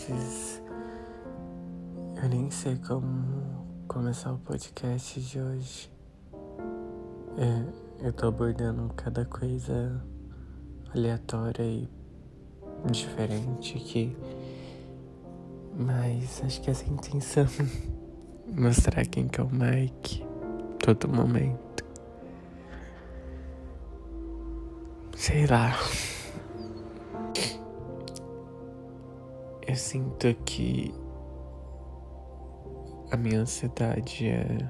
vezes eu nem sei como começar o podcast de hoje. Eu tô abordando cada coisa aleatória e diferente aqui, mas acho que essa é a intenção. Mostrar quem que é o Mike todo momento. Sei lá. Eu sinto que a minha ansiedade é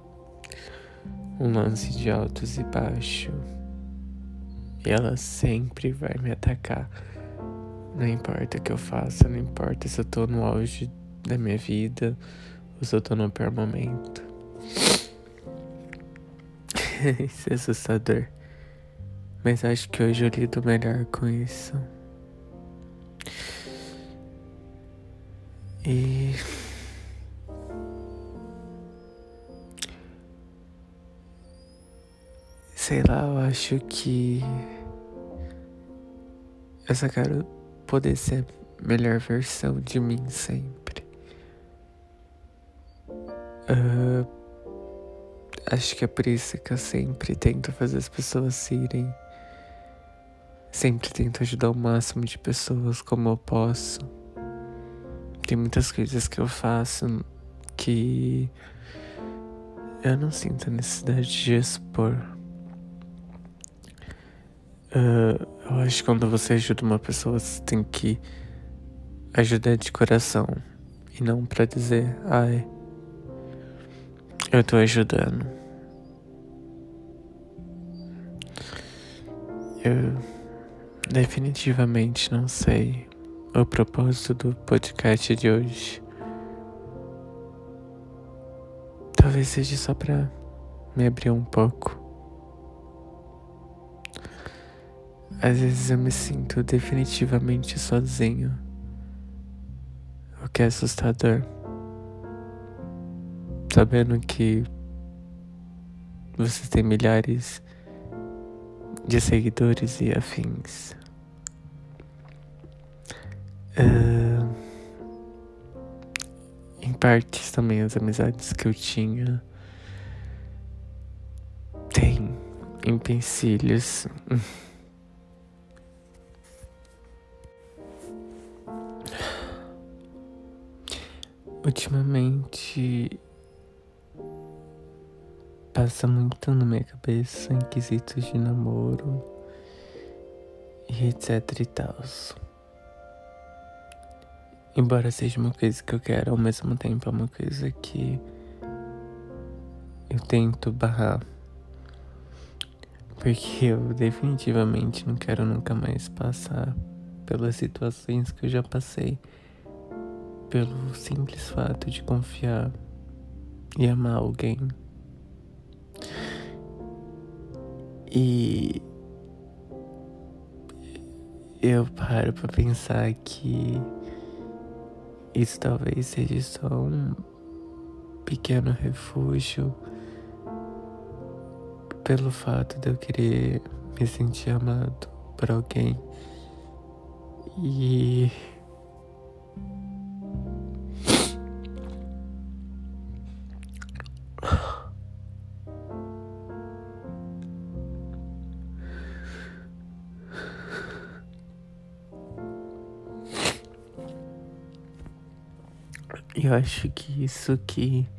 um lance de altos e baixos. E ela sempre vai me atacar. Não importa o que eu faça, não importa se eu tô no auge da minha vida ou se eu tô no pior momento. Isso é assustador. Mas acho que hoje eu lido melhor com isso. E sei lá, eu acho que eu só quero poder ser a melhor versão de mim sempre. Acho que é por isso que eu sempre tento fazer as pessoas irem. Sempre tento ajudar o máximo de pessoas como eu posso. Tem muitas coisas que eu faço que eu não sinto a necessidade de expor. Eu acho que quando você ajuda uma pessoa, você tem que ajudar de coração. E não pra dizer, ai, eu tô ajudando. Eu definitivamente não sei o propósito do podcast de hoje. Talvez seja só pra me abrir um pouco. Às vezes eu me sinto definitivamente sozinho, o que é assustador. Sabendo que você tem milhares de seguidores e afins. Em partes também as amizades que eu tinha têm empecilhos. Ultimamente passa muito na minha cabeça em quesitos de namoro e etc e tal. Embora seja uma coisa que eu quero, ao mesmo tempo é uma coisa que eu tento barrar. Porque eu definitivamente não quero nunca mais passar pelas situações que eu já passei. Pelo simples fato de confiar e amar alguém. E eu paro pra pensar que isso talvez seja só um pequeno refúgio pelo fato de eu querer me sentir amado por alguém. E eu acho que isso que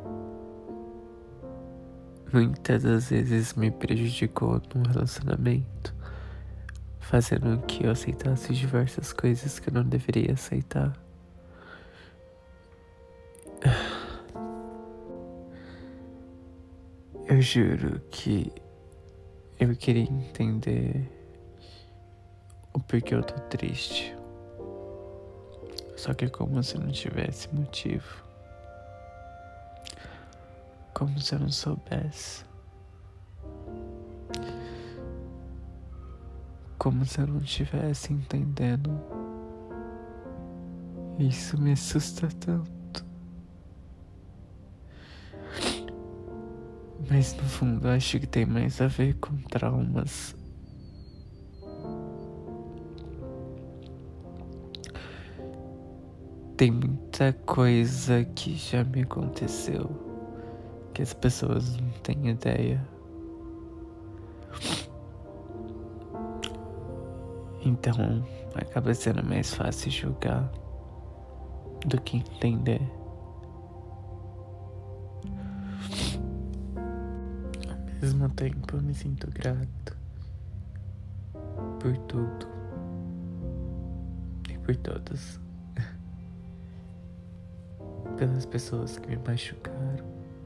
muitas das vezes me prejudicou no relacionamento, fazendo que eu aceitasse diversas coisas que eu não deveria aceitar. Eu juro que eu queria entender o porquê eu tô triste. Só que como se não tivesse motivo. Como se eu não soubesse. Como se eu não estivesse entendendo. Isso me assusta tanto. Mas no fundo acho que tem mais a ver com traumas. Tem muita coisa que já me aconteceu que as pessoas não têm ideia. Então, acaba sendo mais fácil julgar do que entender. Ao mesmo tempo, eu me sinto grato por tudo e por todos. Pelas pessoas que me machucaram.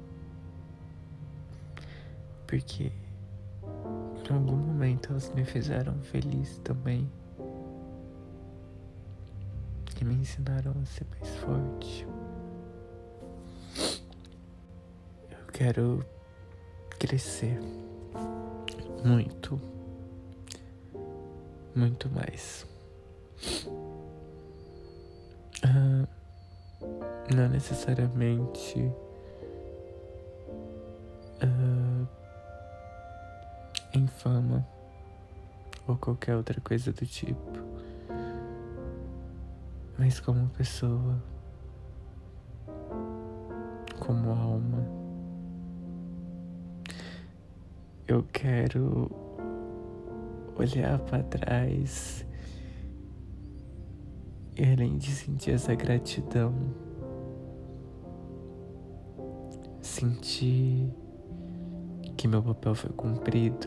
Porque em algum momento elas me fizeram feliz também. E me ensinaram a ser mais forte. Eu quero crescer muito. Muito mais. Não necessariamente em fama ou qualquer outra coisa do tipo, mas como pessoa, como alma. Eu quero olhar para trás e, além de sentir essa gratidão, sentir que meu papel foi cumprido,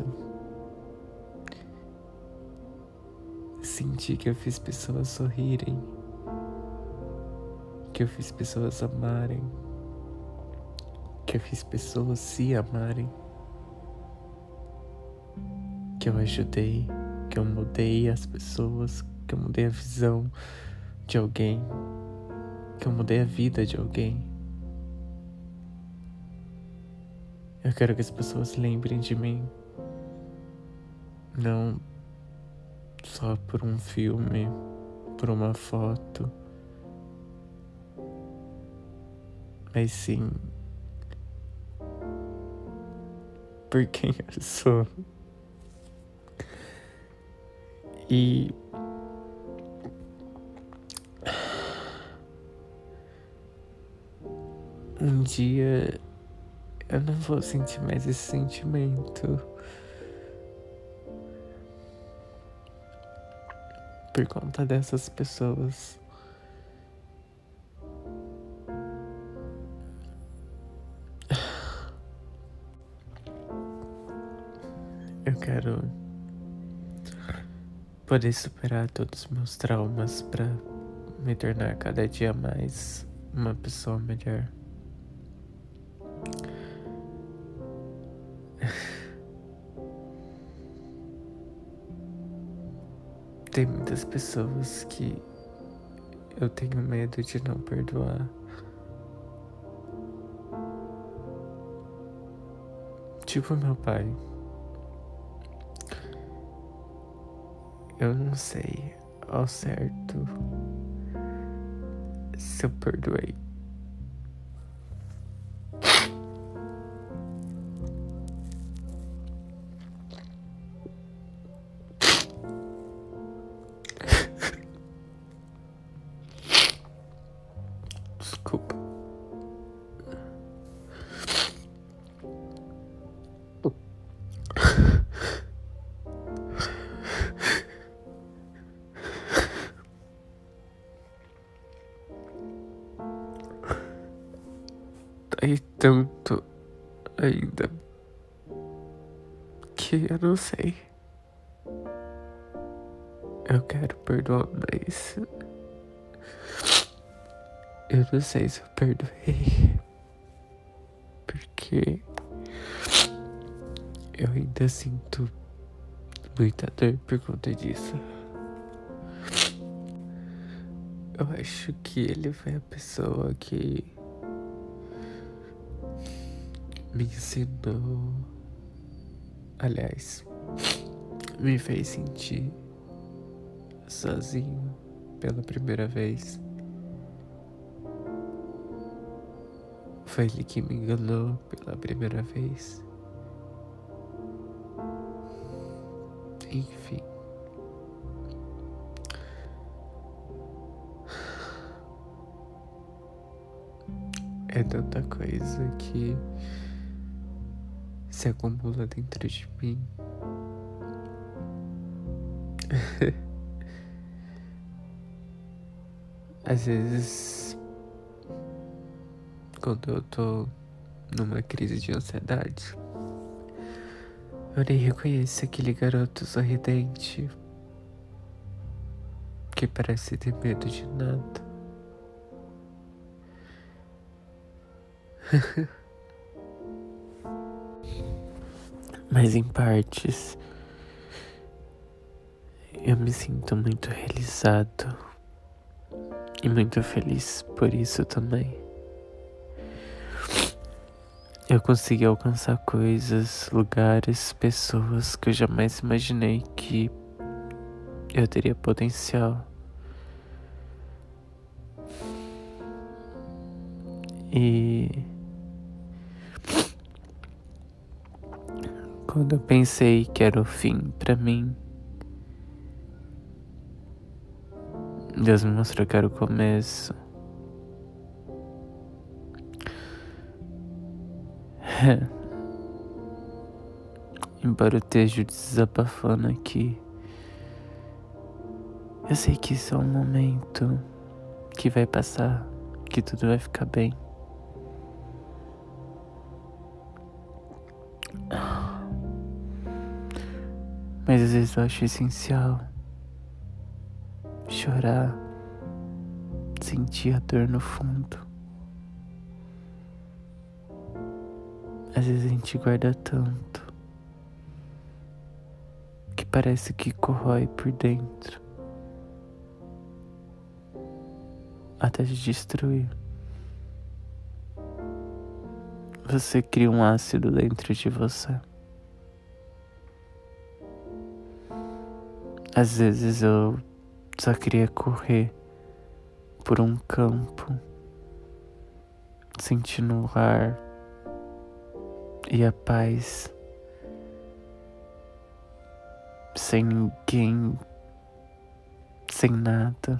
sentir que eu fiz pessoas sorrirem, que eu fiz pessoas amarem, que eu fiz pessoas se amarem, que eu ajudei, que eu mudei as pessoas, que eu mudei a visão de alguém, que eu mudei a vida de alguém. Eu quero que as pessoas lembrem de mim, não só por um filme, por uma foto, mas sim por quem eu sou. E um dia eu não vou sentir mais esse sentimento por conta dessas pessoas. Eu quero poder superar todos os meus traumas pra me tornar cada dia mais uma pessoa melhor. Tem muitas pessoas que eu tenho medo de não perdoar. Tipo meu pai. Eu não sei ao certo se eu perdoei. Desculpa. Aí tanto ainda que eu não sei. Eu quero perdoar, mas eu não sei se eu perdoei. Porque eu ainda sinto muita dor por conta disso. Eu acho que ele foi a pessoa que me ensinou, aliás, me fez sentir sozinho pela primeira vez. Foi ele que me enganou pela primeira vez. Enfim. É tanta coisa que se acumula dentro de mim. Às vezes, quando eu tô numa crise de ansiedade, eu nem reconheço aquele garoto sorridente que parece ter medo de nada. Mas em partes, eu me sinto muito realizado e muito feliz por isso também. Eu consegui alcançar coisas, lugares, pessoas que eu jamais imaginei que eu teria potencial. E quando eu pensei que era o fim pra mim, Deus me mostrou que era o começo. Embora eu esteja desabafando aqui, eu sei que isso é um momento que vai passar, que tudo vai ficar bem. Mas às vezes eu acho essencial chorar, sentir a dor no fundo. Às vezes a gente guarda tanto que parece que corrói por dentro, até te destruir. Você cria um ácido dentro de você. Às vezes eu só queria correr por um campo, sentindo o ar e a paz, sem ninguém, sem nada,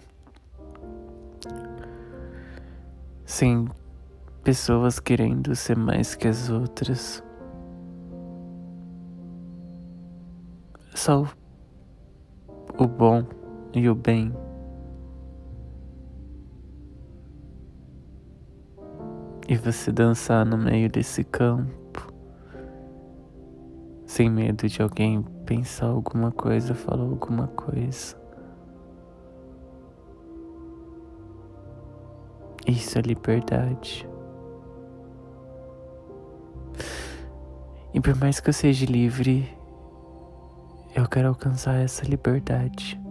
sem pessoas querendo ser mais que as outras. Só o bom e o bem. E você dançar no meio desse campo, sem medo de alguém pensar alguma coisa, falar alguma coisa. Isso é liberdade. E por mais que eu seja livre, eu quero alcançar essa liberdade.